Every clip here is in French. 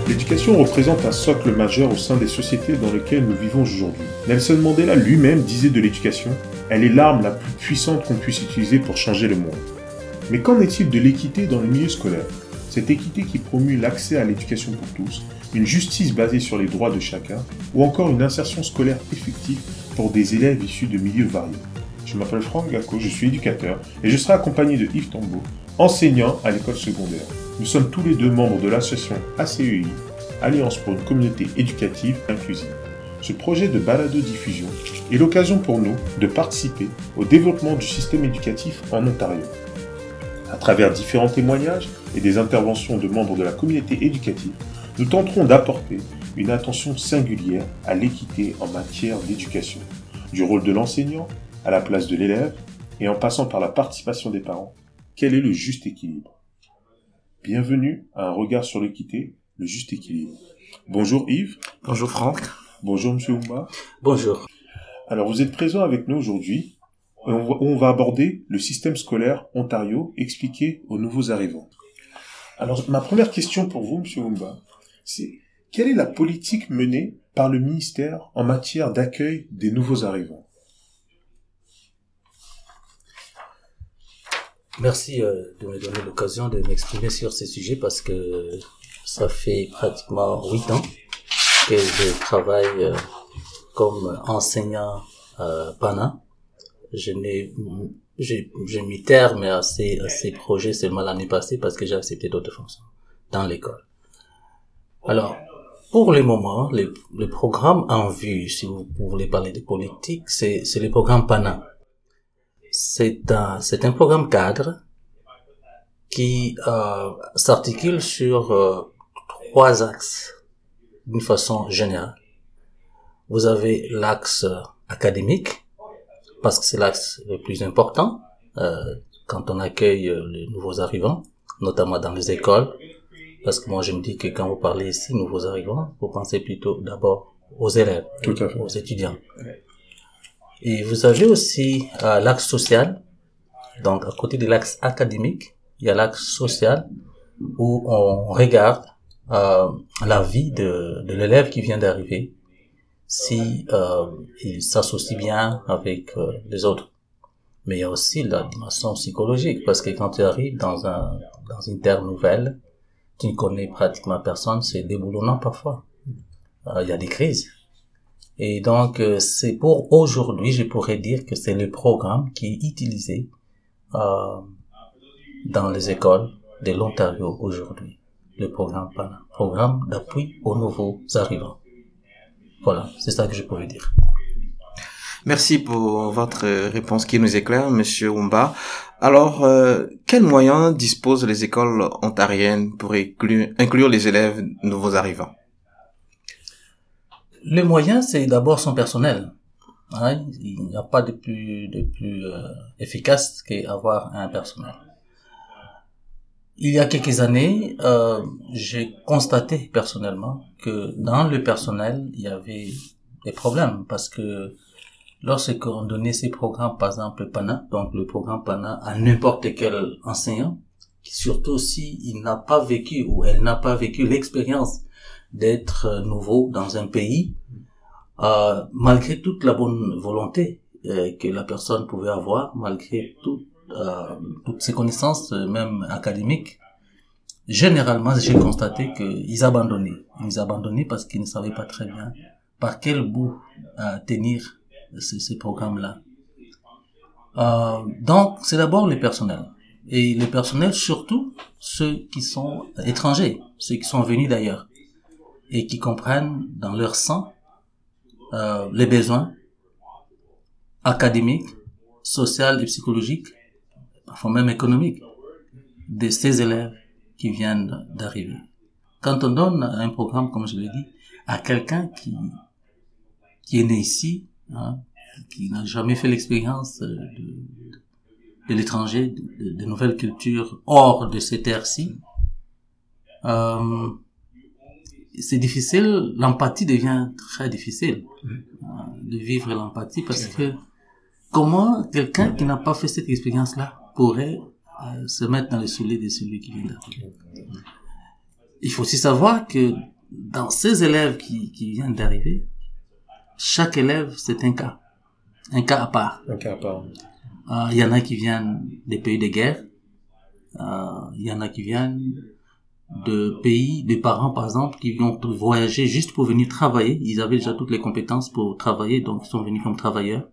L'éducation représente un socle majeur au sein des sociétés dans lesquelles nous vivons aujourd'hui. Nelson Mandela lui-même disait de l'éducation « Elle est l'arme la plus puissante qu'on puisse utiliser pour changer le monde ». Mais qu'en est-il de l'équité dans le milieu scolaire ? Cette équité qui promue l'accès à l'éducation pour tous, une justice basée sur les droits de chacun, ou encore une insertion scolaire effective pour des élèves issus de milieux variés. Je m'appelle Franck Gacko, je suis éducateur, et je serai accompagné de Yves Tambo, enseignant à l'école secondaire. Nous sommes tous les deux membres de l'association ACEI, Alliance pour une communauté éducative inclusive. Ce projet de balado-diffusion est l'occasion pour nous de participer au développement du système éducatif en Ontario. À travers différents témoignages et des interventions de membres de la communauté éducative, nous tenterons d'apporter une attention singulière à l'équité en matière d'éducation, du rôle de l'enseignant à la place de l'élève et en passant par la participation des parents. Quel est le juste équilibre ? Bienvenue à un regard sur l'équité, le juste équilibre. Bonjour Yves. Bonjour Franck. Bonjour Monsieur Oumba. Bonjour. Alors vous êtes présent avec nous aujourd'hui. On va aborder le système scolaire Ontario expliqué aux nouveaux arrivants. Alors ma première question pour vous, Monsieur Oumba, c'est quelle est la politique menée par le ministère en matière d'accueil des nouveaux arrivants ? Merci de me donner l'occasion de m'exprimer sur ces sujets parce que ça fait pratiquement 8 ans que je travaille comme enseignant PANA. J'ai mis terme à ces projets seulement l'année passée parce que j'ai accepté d'autres fonctions dans l'école. Alors, pour le moment, le programme en vue, si vous voulez parler de politique, c'est le programme PANA. C'est un programme cadre qui s'articule sur 3 axes d'une façon générale. Vous avez l'axe académique, parce que c'est l'axe le plus important quand on accueille les nouveaux arrivants, notamment dans les écoles. Parce que moi, je me dis que quand vous parlez ici, nouveaux arrivants, vous pensez plutôt d'abord aux élèves, aux étudiants. Et vous avez aussi l'axe social. Donc, à côté de l'axe académique, il y a l'axe social où on regarde la vie de l'élève qui vient d'arriver, si il s'associe bien avec les autres. Mais il y a aussi la dimension psychologique, parce que quand tu arrives dans une terre nouvelle, tu ne connais pratiquement personne, c'est déboulonnant parfois. Il y a des crises. Et donc, c'est pour aujourd'hui, je pourrais dire que c'est le programme qui est utilisé dans les écoles de l'Ontario aujourd'hui. Le programme PANA, programme d'appui aux nouveaux arrivants. Voilà, c'est ça que je pourrais dire. Merci pour votre réponse qui nous éclaire, Monsieur Oumba. Alors, quels moyens disposent les écoles ontariennes pour inclure les élèves nouveaux arrivants? Le moyen, c'est d'abord son personnel. Hein? Il n'y a pas de plus efficace qu'avoir un personnel. Il y a quelques années, j'ai constaté personnellement que dans le personnel, il y avait des problèmes parce que lorsqu'on donnait ces programmes, par exemple PANA, donc le programme PANA à n'importe quel enseignant, surtout si il n'a pas vécu ou elle n'a pas vécu l'expérience d'être nouveau dans un pays, malgré toute la bonne volonté que la personne pouvait avoir, malgré toutes ses connaissances, même académiques, généralement, j'ai constaté qu'ils abandonnaient. Ils abandonnaient parce qu'ils ne savaient pas très bien par quel bout tenir ces programmes-là. Donc, c'est d'abord le personnel. Et le personnel, surtout, ceux qui sont étrangers, ceux qui sont venus d'ailleurs, et qui comprennent dans leur sang les besoins académiques, sociaux et psychologiques, parfois même économiques, de ces élèves qui viennent d'arriver. Quand on donne un programme, comme je l'ai dit, à quelqu'un qui est né ici, hein, qui n'a jamais fait l'expérience de l'étranger, de nouvelles cultures hors de ces terres-ci, c'est difficile, l'empathie devient très difficile de vivre l'empathie parce que comment quelqu'un qui n'a pas fait cette expérience-là pourrait se mettre dans les souliers de celui qui vient d'arriver. Il faut aussi savoir que dans ces élèves qui viennent d'arriver, chaque élève, c'est un cas à part. Un cas à part. Il y en a qui viennent des pays de guerre, il y en a qui viennent de pays, des parents par exemple, qui ont voyagé juste pour venir travailler. Ils avaient déjà toutes les compétences pour travailler, donc ils sont venus comme travailleurs.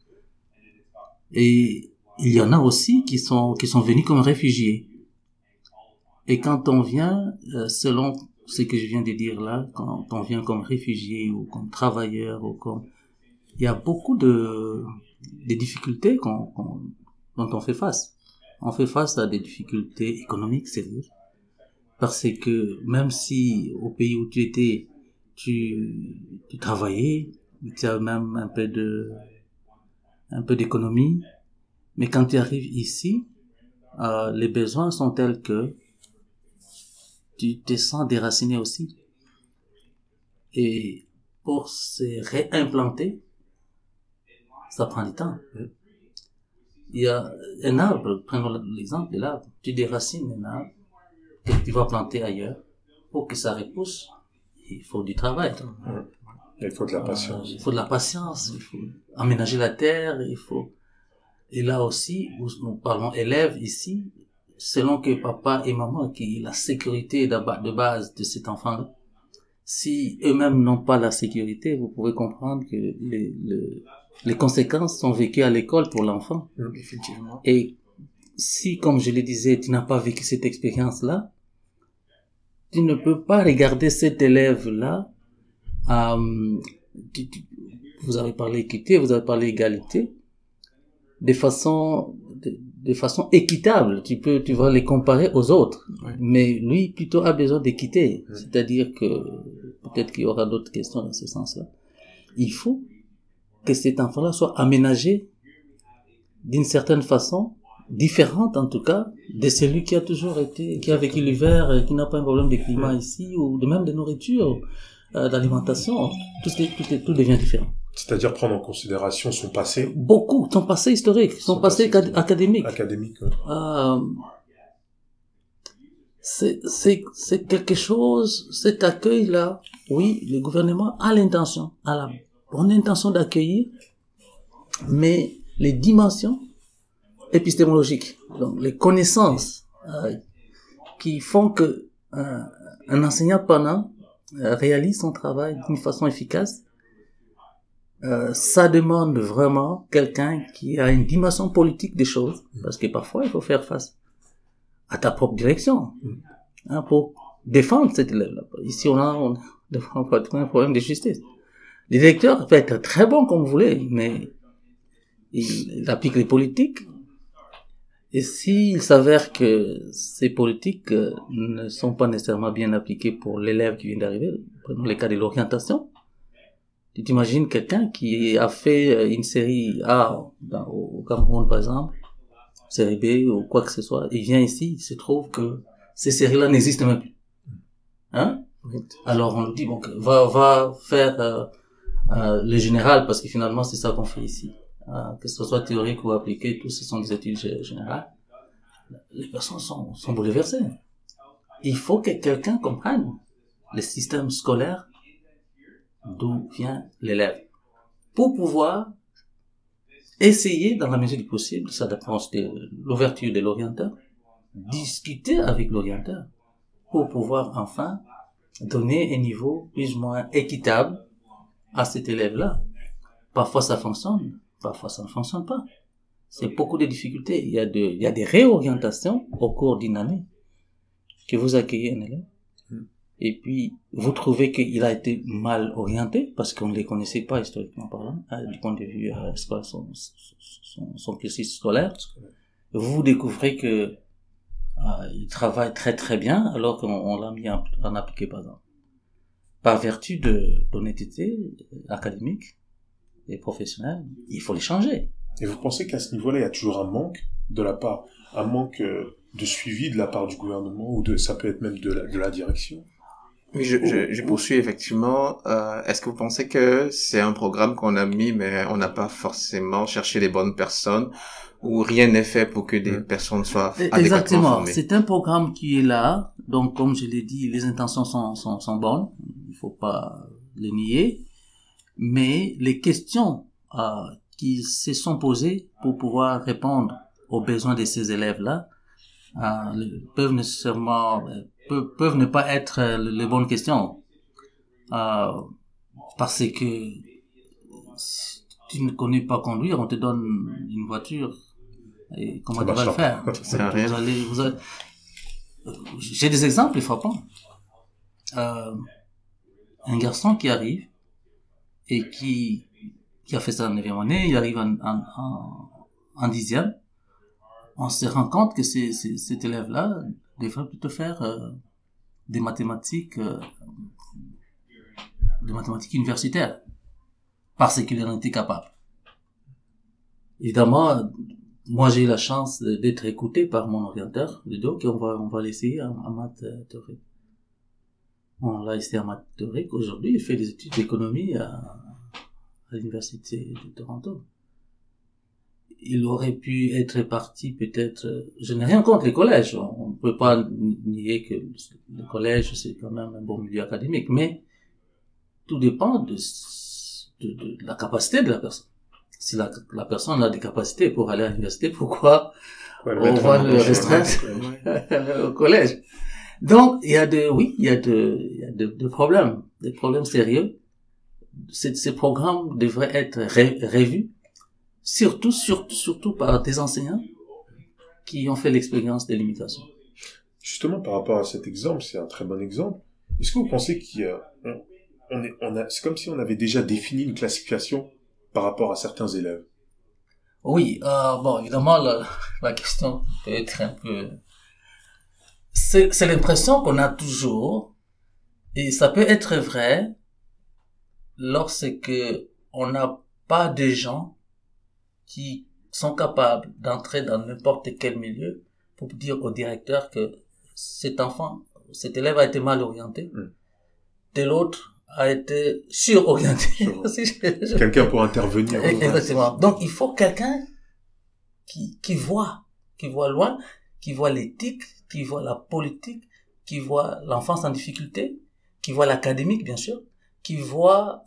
Et il y en a aussi qui sont venus comme réfugiés. Et quand on vient, selon ce que je viens de dire là, quand on vient comme réfugié ou comme travailleur ou comme, il y a beaucoup de difficultés dont on fait face. On fait face à des difficultés économiques sérieuses. Parce que même si au pays où tu étais, tu travaillais, tu as même un peu d'économie, mais quand tu arrives ici, les besoins sont tels que tu te sens déraciné aussi. Et pour se réimplanter, ça prend du temps. Il y a un arbre, prenons l'exemple de l'arbre, tu déracines un arbre que tu vas planter ailleurs. Pour que ça repousse, il faut du travail. Il faut de la patience. Il faut de la patience, il faut aménager la terre, Et là aussi, nous parlons élèves ici, selon que papa et maman qui la sécurité de base de cet enfant-là, si eux-mêmes n'ont pas la sécurité, vous pouvez comprendre que les conséquences sont vécues à l'école pour l'enfant. Effectivement. Et si, comme je le disais, tu n'as pas vécu cette expérience-là, tu ne peux pas regarder cet élève-là, vous avez parlé équité, vous avez parlé égalité, de façon équitable. Tu vas les comparer aux autres. Oui. Mais lui, plutôt, a besoin d'équité. C'est-à-dire que, peut-être qu'il y aura d'autres questions dans ce sens-là. Il faut que cet enfant-là soit aménagé d'une certaine façon, différente en tout cas, de celui qui a toujours été, qui a vécu l'hiver, et qui n'a pas un problème de climat ici, ou de même de nourriture, d'alimentation. Tout devient différent. C'est-à-dire prendre en considération son passé. Beaucoup, son passé historique, son passé académique. Académique. C'est quelque chose, cet accueil-là, oui, le gouvernement a l'intention, a la bonne intention d'accueillir, mais les dimensions épistémologiques, donc les connaissances qui font que un enseignant pendant réalise son travail d'une façon efficace, ça demande vraiment quelqu'un qui a une dimension politique des choses, parce que parfois il faut faire face à ta propre direction, pour défendre cet élève-là. Ici on a un problème de justice. Le directeur peut être très bon comme vous voulez, mais il applique les politiques. Et s'il s'avère que ces politiques ne sont pas nécessairement bien appliquées pour l'élève qui vient d'arriver, prenons le cas de l'orientation, tu t'imagines quelqu'un qui a fait une série A au Cameroun par exemple, série B ou quoi que ce soit, il vient ici, il se trouve que ces séries-là n'existent même plus. Alors on lui dit, bon, va faire le général, parce que finalement c'est ça qu'on fait ici. Que ce soit théorique ou appliqué, tout ce sont des études générales. Les personnes sont bouleversées. Il faut que quelqu'un comprenne le système scolaire, d'où vient l'élève, pour pouvoir essayer, dans la mesure du possible, ça dépend de l'ouverture de l'orienteur, discuter avec l'orienteur, pour pouvoir enfin donner un niveau plus ou moins équitable à cet élève-là. Parfois ça fonctionne, parfois ça ne fonctionne pas. C'est beaucoup de difficultés. Il y a des réorientations au cours d'une année que vous accueillez un élève. Et puis, vous trouvez qu'il a été mal orienté parce qu'on ne les connaissait pas historiquement parlant, du point de vue son cursus scolaire. Vous découvrez que il travaille très très bien alors qu'on l'a mis en appliqué par exemple. Par vertu d'honnêteté académique et professionnelle, il faut les changer. Et vous pensez qu'à ce niveau-là, il y a toujours un manque de suivi de la part du gouvernement, ou ça peut être même de la direction? Oui, je poursuis effectivement. Est-ce que vous pensez que c'est un programme qu'on a mis, mais on n'a pas forcément cherché les bonnes personnes, ou rien n'est fait pour que des personnes soient adéquatement formées? C'est un programme qui est là, donc comme je l'ai dit, les intentions sont bonnes. il faut pas le nier, mais les questions qui se sont posées pour pouvoir répondre aux besoins de ces élèves-là peuvent nécessairement peuvent ne pas être les bonnes questions, parce que si tu ne connais pas conduire, on te donne une voiture et comment tu vas le faire? J'ai des exemples frappants. Un garçon qui arrive et qui a fait sa 9e année, il arrive en 10e, on se rend compte que cet élève-là devrait plutôt faire des mathématiques universitaires, parce qu'il en était capable. Évidemment, moi j'ai eu la chance d'être écouté par mon orienteur, Ludo, on va l'essayer en maths théorique. On l'a essayé en maths théorique. Aujourd'hui, il fait des études d'économie à l'université de Toronto. Il aurait pu être parti peut-être... Je n'ai rien contre les collèges. On ne peut pas nier que le collège, c'est quand même un bon milieu académique. Mais tout dépend de la capacité de la personne. Si la personne a des capacités pour aller à l'université, pourquoi on va le restreindre au collège? Donc, il y a de problèmes, des problèmes sérieux. Ces programmes devraient être revus, surtout par des enseignants qui ont fait l'expérience des limitations. Justement, par rapport à cet exemple, c'est un très bon exemple. Est-ce que vous pensez c'est comme si on avait déjà défini une classification par rapport à certains élèves? Oui, bon, évidemment, la question peut être un peu... C'est l'impression qu'on a toujours, et ça peut être vrai lorsque on n'a pas de gens qui sont capables d'entrer dans n'importe quel milieu pour dire au directeur que cet élève a été mal orienté, tel autre a été surorienté. Quelqu'un pour intervenir. Exactement. Donc, il faut quelqu'un qui voit loin, qui voit l'éthique, qui voit la politique, qui voit l'enfance en difficulté, qui voit l'académique, bien sûr, qui voit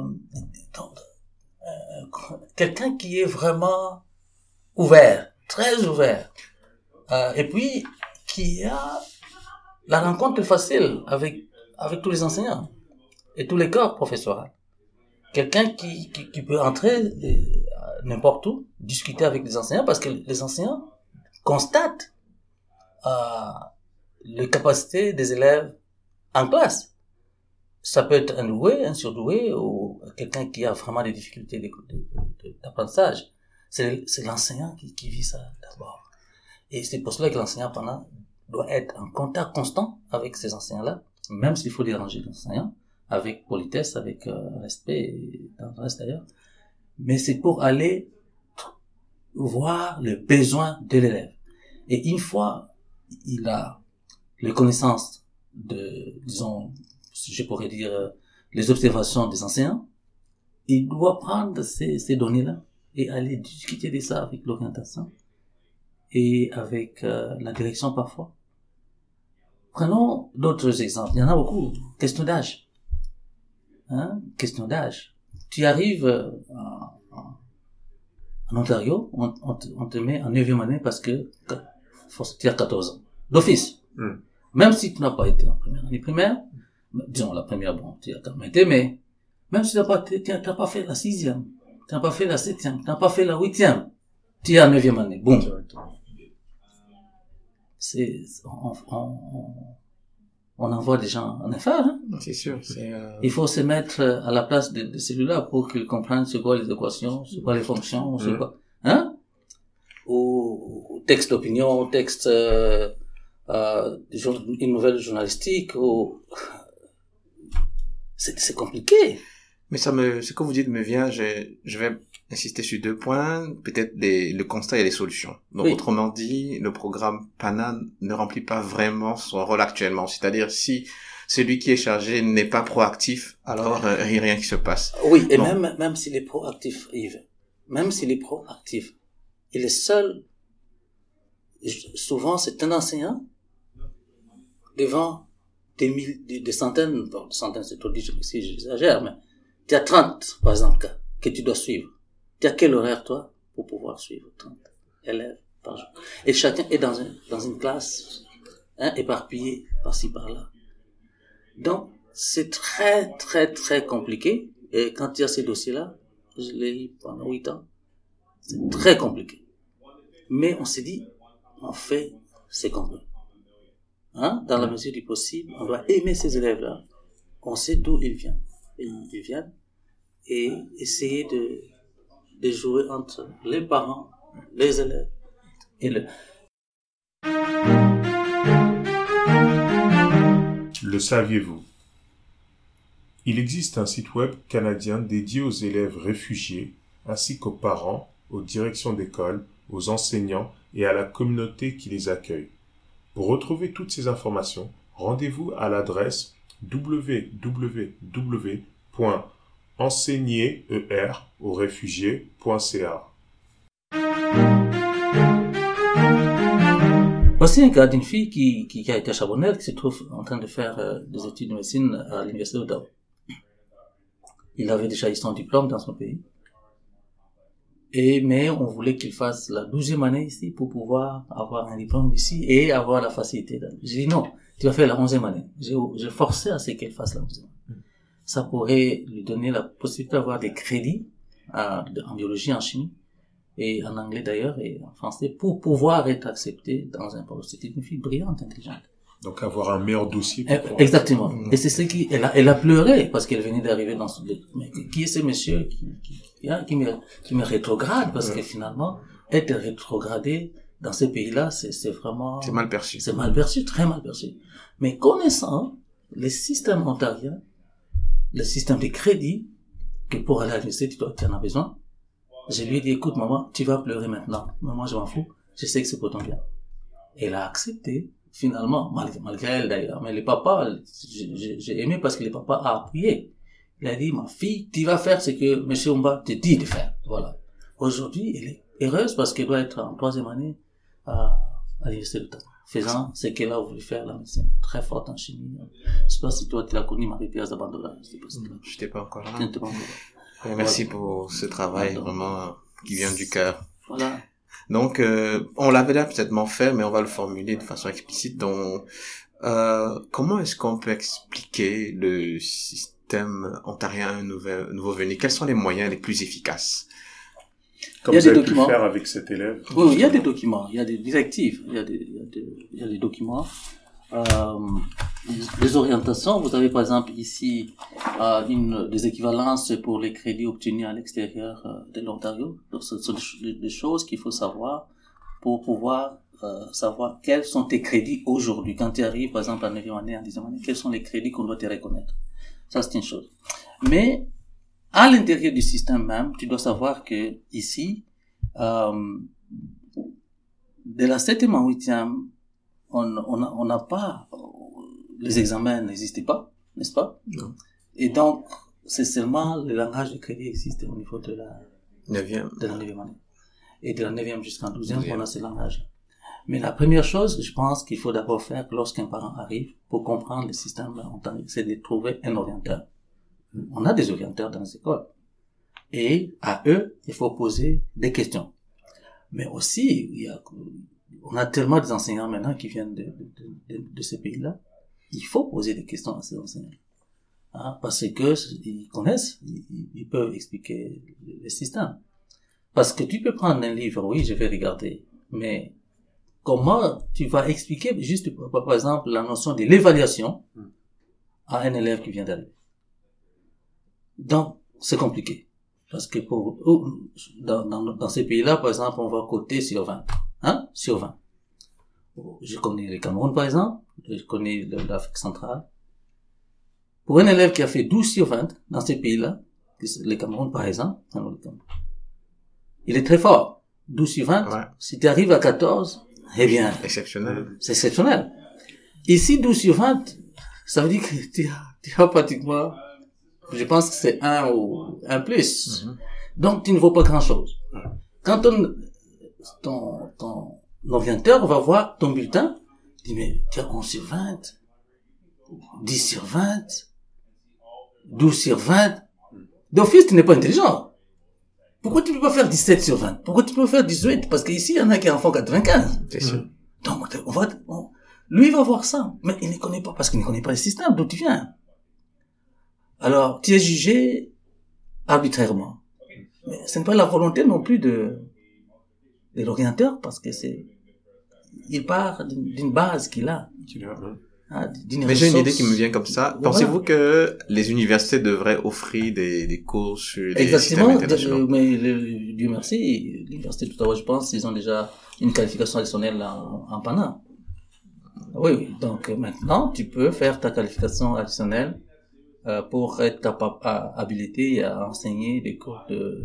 quelqu'un qui est vraiment ouvert, très ouvert, et puis qui a la rencontre facile avec tous les enseignants et tous les corps professoraux. Quelqu'un qui peut entrer n'importe où, discuter avec les enseignants, parce que les enseignants constatent les capacités des élèves en classe. Ça peut être un doué, un surdoué, ou quelqu'un qui a vraiment des difficultés d'apprentissage. C'est l'enseignant qui vit ça d'abord. Et c'est pour cela que l'enseignant doit être en contact constant avec ces enseignants-là, même s'il faut déranger l'enseignant, avec politesse, avec respect, et dans le reste d'ailleurs. Mais c'est pour aller voir les besoins de l'élève. Et une fois il a les connaissances disons, je pourrais dire, les observations des enseignants, il doit prendre ces données-là et aller discuter de ça avec l'orientation et avec la direction parfois. Prenons d'autres exemples. Il y en a beaucoup. Question d'âge. Question d'âge. Tu arrives en Ontario, on te met en 9e année parce que tu as 14 ans. D'office. Même si tu n'as pas été en première année primaire, disons la première, bon, tu as quand même été, mais même si tu n'as pas fait la 6e, tu n'as pas fait la 7e, tu n'as pas fait la 8e, tu es en 9e année. Bon. On envoie des gens en enfer, hein. C'est sûr. Il faut se mettre à la place de celui-là pour qu'ils comprennent c'est quoi les équations, c'est quoi les fonctions, c'est quoi, ou texte d'opinion, texte, une nouvelle journalistique, ou c'est compliqué. Mais ce que vous dites me vient, je vais insister sur 2 points, peut-être le constat et les solutions. Donc, oui. Autrement dit, le programme PANA ne remplit pas vraiment son rôle actuellement. C'est-à-dire, si celui qui est chargé n'est pas proactif, alors il n'y a rien qui se passe. Oui, et même s'il est proactif, Yves, il est seul. Souvent, c'est un enseignant devant des centaines, bon, des centaines c'est trop dit, si j'exagère, mais tu as 30, par exemple, cas, que tu dois suivre. Tu as quel horaire, toi, pour pouvoir suivre 30 élèves par jour? Et chacun est dans une classe, éparpillé par-ci, par-là. Donc, c'est très, très, très compliqué. Et quand il y a ces dossiers-là, je l'ai lu pendant 8 ans, c'est très compliqué. Mais on s'est dit, on fait ce qu'on peut. Dans la mesure du possible, on doit aimer ces élèves-là. On sait d'où ils viennent. Ils viennent. Et essayer de jouer entre les parents, les élèves et Le saviez-vous? Il existe un site web canadien dédié aux élèves réfugiés, ainsi qu'aux parents, aux directions d'école, aux enseignants et à la communauté qui les accueille. Pour retrouver toutes ces informations, rendez-vous à l'adresse www.enseignerauxrefugiés.ca. Voici un cas d'une fille qui a été à Charbonnel, qui se trouve en train de faire des études de médecine à l'université d'Ottawa. Il avait déjà eu son diplôme dans son pays. Mais on voulait qu'il fasse la 12e année ici pour pouvoir avoir un diplôme ici et avoir la facilité. J'ai dit non, tu vas faire la 11e année. J'ai forcé à ce qu'elle fasse la 11e année. Ça pourrait lui donner la possibilité d'avoir des crédits en biologie, en chimie, et en anglais d'ailleurs, et en français, pour pouvoir être acceptée dans un poste. C'était une fille brillante, intelligente. Donc avoir un meilleur dossier. Exactement. Et c'est ce elle a pleuré parce qu'elle venait d'arriver dans ce, mais qui est ce monsieur qui me rétrograde parce que finalement, être rétrogradé dans ces pays-là, c'est vraiment... C'est mal perçu. C'est mal perçu, très mal perçu. Mais connaissant le système ontarien, le système de crédit, que pour aller à l'université, tu en as besoin, je lui ai dit, écoute, maman, tu vas pleurer maintenant. Mais moi, je m'en fous. Je sais que c'est pour ton bien. Elle a accepté. Finalement, malgré elle d'ailleurs, mais le papa, j'ai aimé parce que le papa a appuyé. Il a dit, ma fille, tu vas faire ce que M. Umba te dit de faire. Voilà. Aujourd'hui, elle est heureuse parce qu'elle doit être en 3e année à l'université de Tata, faisant ce qu'elle a voulu faire, la médecine. Très forte en chimie. Je sais pas si toi, tu l'as connue, Marie-Pierre Zabandola. Je n'étais pas encore là. Voilà. Merci pour ce travail vraiment qui vient du cœur. Voilà. Donc, on l'avait déjà peut-être fait, mais on va le formuler de façon explicite. Donc, comment est-ce qu'on peut expliquer le système ontarien nouveau venu? Quels sont les moyens les plus efficaces? Comme vous avez pu le faire avec cet élève? Oui, il y a des documents, il y a des directives, il y a des documents, des orientations. Vous avez par exemple ici des équivalences pour les crédits obtenus à l'extérieur de l'Ontario. Donc ce sont des choses qu'il faut savoir pour pouvoir savoir quels sont tes crédits aujourd'hui. Quand tu arrives par exemple en 9e année, en 10e année, quels sont les crédits qu'on doit te reconnaître. Ça c'est une chose. Mais à l'intérieur du système même, tu dois savoir que ici, de la 7e à 8e, on n'a pas, les examens n'existaient pas, n'est-ce pas? Non. Et donc, c'est seulement le langage de crédit existe au niveau de la 9e année. Et de la 9e jusqu'en 12e, on a ce langage. Mais la première chose, je pense qu'il faut d'abord faire lorsqu'un parent arrive pour comprendre le système ontarien, c'est de trouver un orienteur. On a des orienteurs dans les écoles. Et à eux, il faut poser des questions. Mais aussi, on a tellement d'enseignants maintenant qui viennent de ces pays-là. Il faut poser des questions à ces enseignants. Parce que ils connaissent, ils peuvent expliquer le système. Parce que tu peux prendre un livre, oui, je vais regarder. Mais comment tu vas expliquer juste, par exemple, la notion de l'évaluation à un élève qui vient d'arriver? Donc, c'est compliqué. Parce que dans ces pays-là, par exemple, on va coter sur 20. Sur 20. Je connais le Cameroun, par exemple. Je connais l'Afrique centrale. Pour un élève qui a fait 12 sur 20 dans ces pays-là, le Cameroun, par exemple, il est très fort. 12 sur 20. Ouais. Si tu arrives à 14, eh bien. Exceptionnel. C'est exceptionnel. Ici, 12 sur 20, ça veut dire que tu as pratiquement, je pense que c'est 1 ou 1 plus. Mm-hmm. Donc, tu ne vaux pas grand-chose. Quand ton orienteur va voir ton bulletin, il dit, mais tu as 11 sur 20. 10 sur 20, 12 sur 20. D'office, tu n'es pas intelligent. Pourquoi tu peux pas faire 17 sur 20? Pourquoi tu peux faire 18? Parce qu'ici, il y en a qui en font 95. C'est sûr. Donc, lui, il va voir ça. Mais il ne connaît pas, parce qu'il ne connaît pas le système d'où tu viens. Alors, tu es jugé arbitrairement. Mais ce n'est pas la volonté non plus de l'orienteur, parce que il part d'une base qu'il a. Mais j'ai une idée qui me vient comme ça. Pensez-vous que les universités devraient offrir des cours sur les systèmes internationaux? Mais Dieu merci, l'université tout à l'heure, je pense, ils ont déjà une qualification additionnelle en PANA. Oui. Donc maintenant, tu peux faire ta qualification additionnelle pour être habilité à enseigner des cours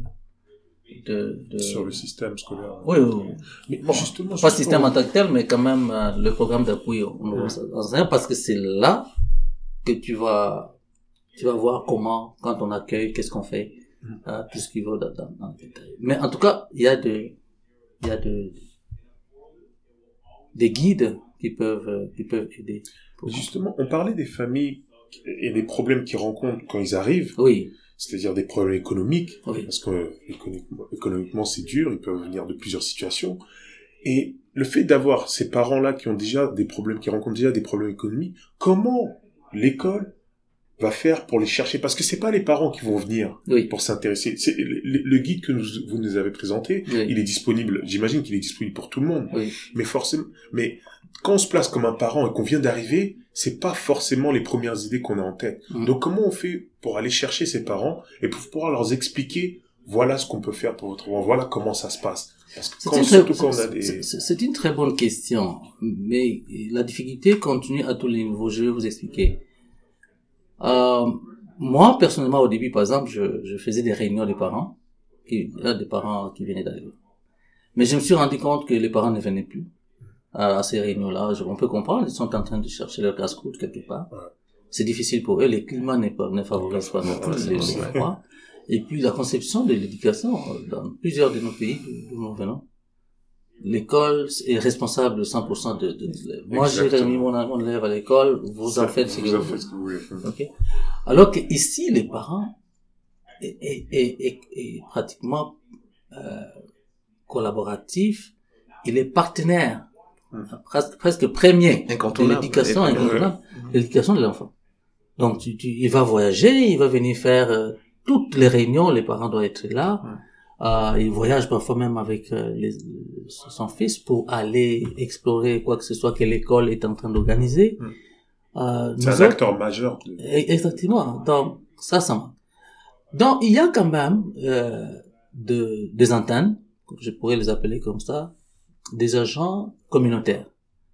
sur le système scolaire. Oui. Mais bon, justement, pas système en tant que tel, mais quand même le programme d'appui parce que c'est là que tu vas voir comment, quand on accueille, qu'est-ce qu'on fait, tout ce qui va dans le détail. Mais en tout cas, il y a des guides qui peuvent aider. Justement, on parlait des familles et des problèmes qu'ils rencontrent quand ils arrivent. Oui. C'est-à-dire des problèmes économiques, oui. Parce que économiquement c'est dur, ils peuvent venir de plusieurs situations. Et le fait d'avoir ces parents-là qui ont déjà des problèmes, qui rencontrent déjà des problèmes économiques, comment l'école va faire pour les chercher? Parce que c'est pas les parents qui vont venir pour s'intéresser. C'est le guide que vous nous avez présenté, il est disponible. J'imagine qu'il est disponible pour tout le monde. Mais forcément, quand on se place comme un parent et qu'on vient d'arriver, c'est pas forcément les premières idées qu'on a en tête. Donc comment on fait pour aller chercher ces parents et pour pouvoir leur expliquer voilà ce qu'on peut faire pour votre enfant, voilà comment ça se passe. Parce que c'est une très bonne question, mais la difficulté continue à tous les niveaux. Je vais vous expliquer. Moi personnellement au début, par exemple, je faisais des réunions des parents qui venaient d'arriver. Mais je me suis rendu compte que les parents ne venaient plus à ces réunions-là. On peut comprendre, ils sont en train de chercher leur casse-croûte quelque part. C'est difficile pour eux, les climats ne favorisent pas non plus les droits. Et puis la conception de l'éducation dans plusieurs de nos pays d'où nous venons. L'école est responsable de 100% de l'élève. Moi, j'ai remis mon élève à l'école, vous en faites ce que vous voulez. Okay. Alors que ici, les parents est pratiquement collaboratif, il est partenaire, presque premier de l'éducation incontournable, l'éducation de l'enfant. Donc, il va voyager, il va venir faire toutes les réunions, les parents doivent être là. Il voyage parfois même avec son fils pour aller explorer quoi que ce soit que l'école est en train d'organiser. C'est un acteur majeur. Exactement. Donc, ça manque. Donc, il y a quand même des antennes, je pourrais les appeler comme ça, des agents communautaires.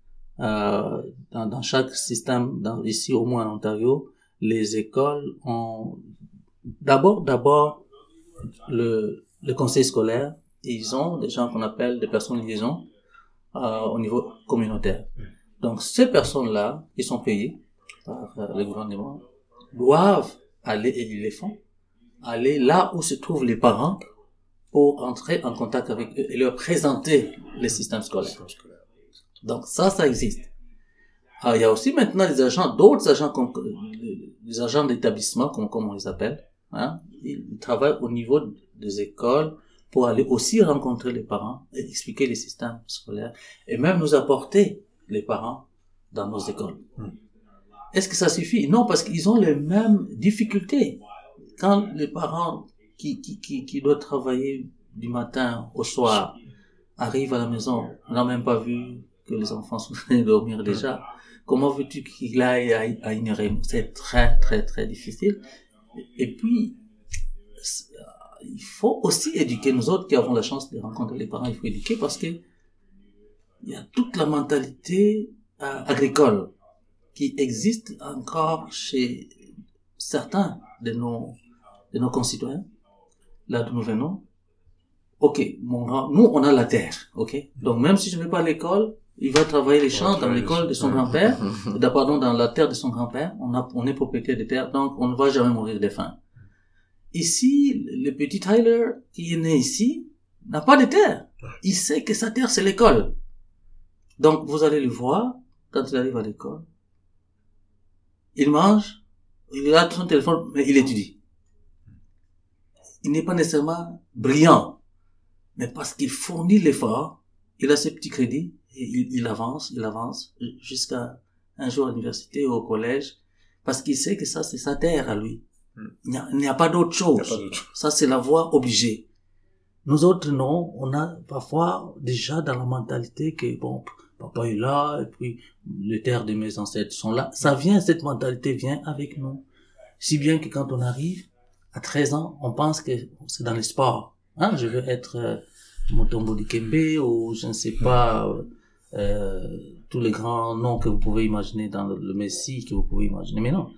Dans chaque système, ici au moins en Ontario, les écoles ont d'abord le conseil scolaire, ils ont des gens qu'on appelle des personnes liaison au niveau communautaire. Donc ces personnes-là, qui sont payées par le gouvernement, doivent aller, et ils les font, aller là où se trouvent les parents pour entrer en contact avec eux et leur présenter les systèmes scolaires. Donc ça existe. Alors, il y a aussi maintenant d'autres agents comme les agents d'établissement, comme on les appelle. Ils travaillent au niveau des écoles pour aller aussi rencontrer les parents et expliquer les systèmes scolaires et même nous apporter les parents dans nos écoles. Est-ce que ça suffit? Non, parce qu'ils ont les mêmes difficultés. Quand les parents qui doivent travailler du matin au soir arrivent à la maison, on n'a même pas vu que les enfants sont en train de dormir déjà. Comment veux-tu qu'il aille à une réunion? C'est très, très, très difficile. Et puis, il faut aussi éduquer, nous autres qui avons la chance de rencontrer les parents, il faut éduquer parce que il y a toute la mentalité agricole qui existe encore chez certains de nos concitoyens, là d'où nous venons. Ok, nous on a la terre, ok. Donc même si je ne vais pas à l'école, il va travailler les champs dans l'école de son grand-père, dans la terre de son grand-père. On est propriétaire de terre, donc on ne va jamais mourir de faim. Ici, le petit Tyler qui est né ici n'a pas de terre. Il sait que sa terre c'est l'école. Donc vous allez le voir quand il arrive à l'école. il mange, il a son téléphone, mais il étudie. Il n'est pas nécessairement brillant, mais parce qu'il fournit l'effort, il a ses petits crédits, et il avance, jusqu'à un jour à l'université ou au collège, parce qu'il sait que ça, c'est sa terre à lui. Il n'y a pas d'autre chose. Ça, c'est la voie obligée. Nous autres, non, on a parfois déjà dans la mentalité que, bon, papa est là, et puis les terres de mes ancêtres sont là. Ça vient, cette mentalité vient avec nous. Si bien que quand on arrive, à 13 ans, on pense que c'est dans le sport. Hein, je veux être Mutombo Dikembe ou je ne sais pas, tous les grands noms que vous pouvez imaginer dans le Messi que vous pouvez imaginer. Mais non,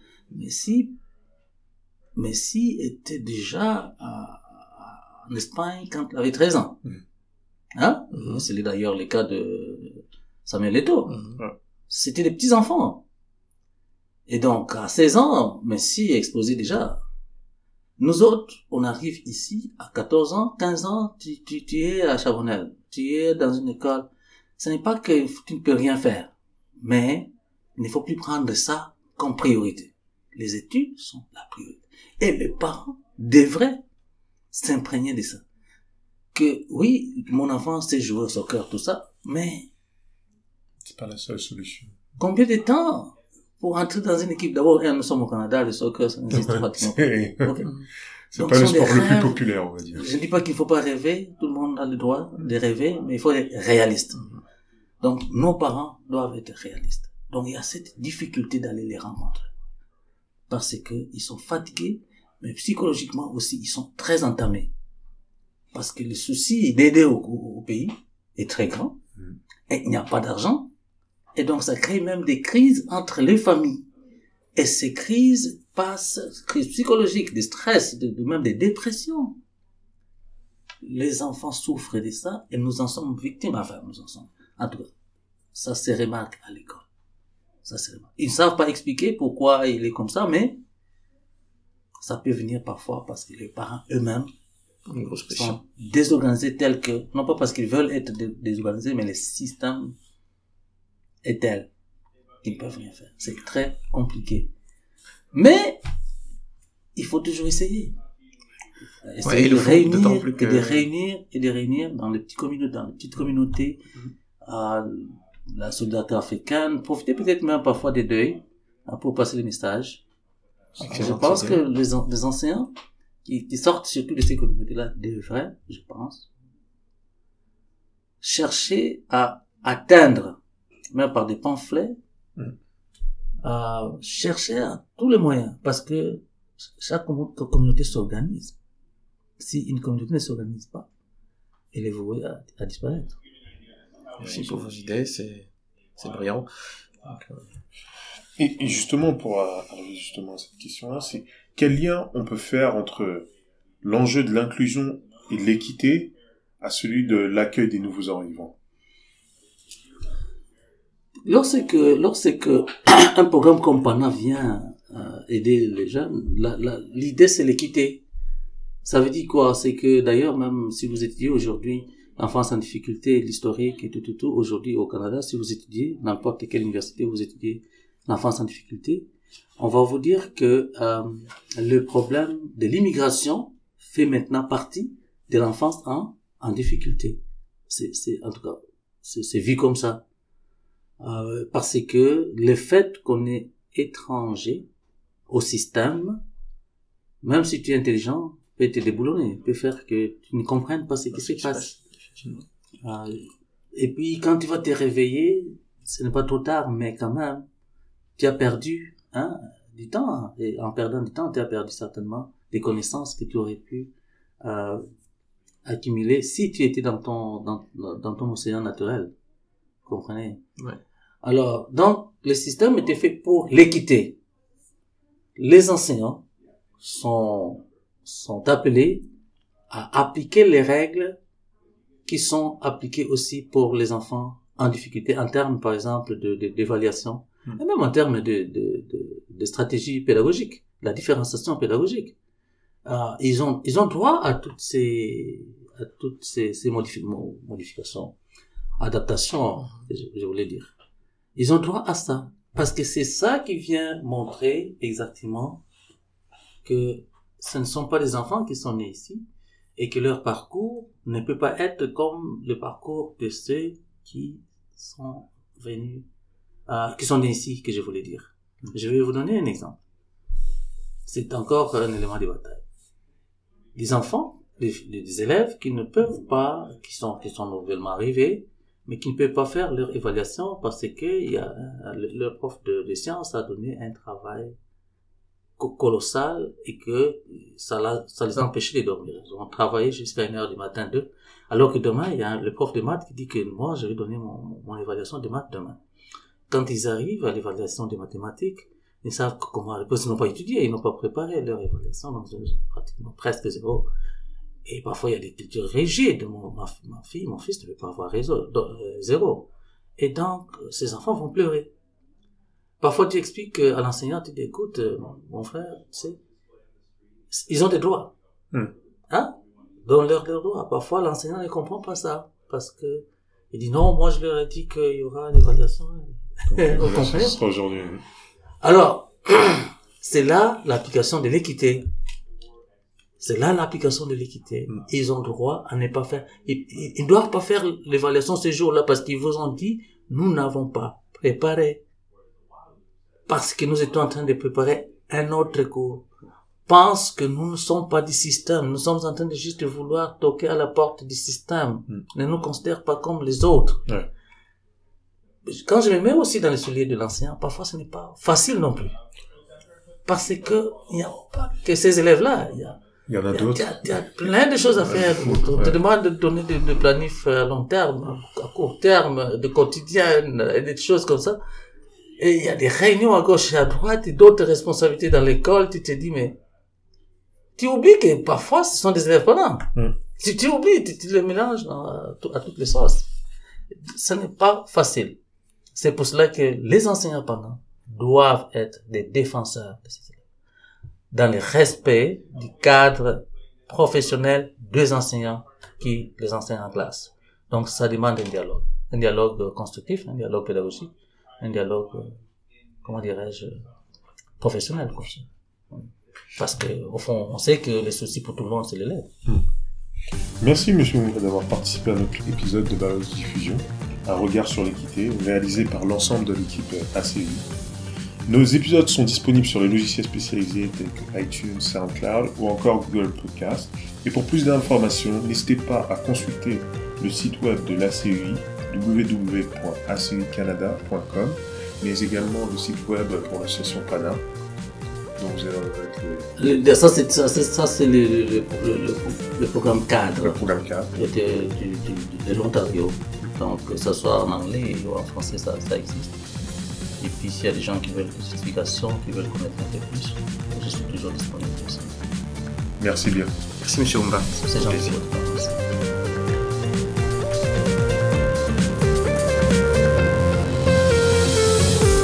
Messi était déjà en Espagne quand il avait 13 ans. Hein? C'est d'ailleurs le cas de Samuel Eto'o. C'était des petits enfants. Et donc, à 16 ans, Messi a explosé déjà. Nous autres, on arrive ici, à 14 ans, 15 ans, tu es à Chabanel. Tu es dans une école. Ce n'est pas que tu ne peux rien faire. Mais, il ne faut plus prendre ça comme priorité. Les études sont la priorité. Et les parents devraient s'imprégner de ça. Que, oui, mon enfant sait jouer au soccer, tout ça, mais... c'est pas la seule solution. Combien de temps pour entrer dans une équipe? D'abord, nous sommes au Canada, le soccer, ça n'existe pas. C'est pas le sport le plus populaire, on va dire. Je ne dis pas qu'il ne faut pas rêver, tout le monde a le droit de rêver, mais il faut être réaliste. Donc, nos parents doivent être réalistes. Donc, il y a cette difficulté d'aller les rencontrer. Parce que ils sont fatigués, mais psychologiquement aussi, ils sont très entamés. Parce que le souci d'aider au pays est très grand, et il n'y a pas d'argent, et donc ça crée même des crises entre les familles. Et ces crises passent, crises psychologiques, des stress, même des dépressions. Les enfants souffrent de ça, et nous en sommes victimes, enfin, nous en sommes. En tout cas, ça se remarque à l'école. Ça se remarque. Ils ne savent pas expliquer pourquoi il est comme ça, mais ça peut venir parfois parce que les parents eux-mêmes sont désorganisés tels que, non pas parce qu'ils veulent être désorganisés, mais le système est tel qu'ils ne peuvent rien faire. C'est très compliqué. Mais, il faut toujours essayer. Essayer de réunir dans les petites communautés, la solidarité africaine, profiter peut-être même parfois des deuils, pour passer le message. Je pense que les enseignants qui sortent surtout de ces communautés-là devraient, je pense, chercher à atteindre, même par des pamphlets, chercher à tous les moyens, parce que chaque communauté s'organise. Si une communauté ne s'organise pas, elle est vouée à disparaître. Merci pour vos idées, c'est brillant. Et justement, pour arriver justement à cette question-là, c'est quel lien on peut faire entre l'enjeu de l'inclusion et de l'équité à celui de l'accueil des nouveaux arrivants? Lorsque un programme comme PANA vient aider les jeunes, l'idée c'est l'équité. Ça veut dire quoi? C'est que d'ailleurs, même si vous étudiez aujourd'hui l'enfance en difficulté, l'historique et tout, aujourd'hui au Canada, si vous étudiez n'importe quelle université, vous étudiez l'enfance en difficulté, on va vous dire que le problème de l'immigration fait maintenant partie de l'enfance en difficulté. En tout cas, c'est vu comme ça. Parce que le fait qu'on est étranger au système, même si tu es intelligent, peut te déboulonner, peut faire que tu ne comprennes pas ce qui se passe. Et puis quand tu vas te réveiller, ce n'est pas trop tard, mais quand même, tu as perdu du temps, et en perdant du temps, tu as perdu certainement des connaissances que tu aurais pu accumuler si tu étais dans ton océan naturel. Vous comprenez? Ouais. Alors, donc, le système était fait pour l'équité. Les enseignants sont appelés à appliquer les règles qui sont appliquées aussi pour les enfants en difficulté, en termes, par exemple, d'évaluation, et même en termes de stratégie pédagogique, la différenciation pédagogique. Ils ont droit à toutes ces modifications, adaptations, je voulais dire. Ils ont droit à ça. Parce que c'est ça qui vient montrer exactement que ce ne sont pas des enfants qui sont nés ici et que leur parcours ne peut pas être comme le parcours de ceux qui sont venus, qui sont nés ici, que je voulais dire. Je vais vous donner un exemple. C'est encore un élément de bataille. Les enfants, les élèves qui ne peuvent pas, qui sont nouvellement arrivés, mais qui ne peuvent pas faire leur évaluation parce que leur prof de sciences a donné un travail colossal et que ça les a empêchés de dormir. Ils ont travaillé jusqu'à 1h du matin, alors que demain, il y a le prof de maths qui dit que moi, je vais donner mon évaluation de maths demain. Quand ils arrivent à l'évaluation des mathématiques, ils savent comment, parce qu'ils n'ont pas étudié, ils n'ont pas préparé leur évaluation, donc pratiquement presque zéro. Et parfois, il y a des cultures rigides. Ma fille, mon fils ne veut pas avoir zéro. Et donc, ces enfants vont pleurer. Parfois, tu expliques à l'enseignant, tu dis, écoute, mon frère, tu sais, ils ont des droits. Hein? Donne leurs droits. Parfois, l'enseignant ne comprend pas ça. Parce que, il dit, non, moi, je leur ai dit qu'il y aura l'évaluation. Vous comprenez? Ce sera aujourd'hui. Alors, c'est là l'application de l'équité. C'est là l'application de l'équité. Ils ont droit à ne pas faire, ils ne doivent pas faire l'évaluation ce jour-là parce qu'ils vous ont dit, nous n'avons pas préparé. Parce que nous étions en train de préparer un autre cours. Pense que nous ne sommes pas du système. Nous sommes en train de juste vouloir toquer à la porte du système. Ne nous considère pas comme les autres. Ouais. Quand je me mets aussi dans les souliers de l'enseignant, parfois ce n'est pas facile non plus. Parce que il n'y a pas que ces élèves-là. Il y en a d'autres. Il y a plein de choses à faire. On te demande de donner de planifs à long terme, à court terme, de quotidien, et des choses comme ça. Et il y a des réunions à gauche et à droite et d'autres responsabilités dans l'école. Tu te dis, mais tu oublies que parfois ce sont des élèves pendants. Tu oublies, tu les mélanges à toutes les sauces. Ce n'est pas facile. C'est pour cela que les enseignants pendants doivent être des défenseurs de ces élèves. Dans le respect du cadre professionnel des enseignants qui les enseignent en classe. Donc ça demande un dialogue constructif, un dialogue pédagogique, un dialogue, comment dirais-je, professionnel. Parce que au fond, on sait que les soucis pour tout le monde, c'est l'élève. Merci Monsieur Moumba d'avoir participé à notre épisode de Balance Diffusion, un regard sur l'équité, réalisé par l'ensemble de l'équipe ACI. Nos épisodes sont disponibles sur les logiciels spécialisés tels que iTunes, SoundCloud ou encore Google Podcast. Et pour plus d'informations, n'hésitez pas à consulter le site web de l'ACUI, www.acuicanada.com, mais également le site web pour l'association PANA. Donc vous allez Ça c'est le programme cadre. Le programme cadre. De l'Ontario. Donc que ce soit en anglais ou en français, ça existe. Et puis s'il y a des gens qui veulent des explications, qui veulent connaître un peu plus, je suis toujours disponible pour ça. Merci bien. Merci M. Moumba. C'est gentil.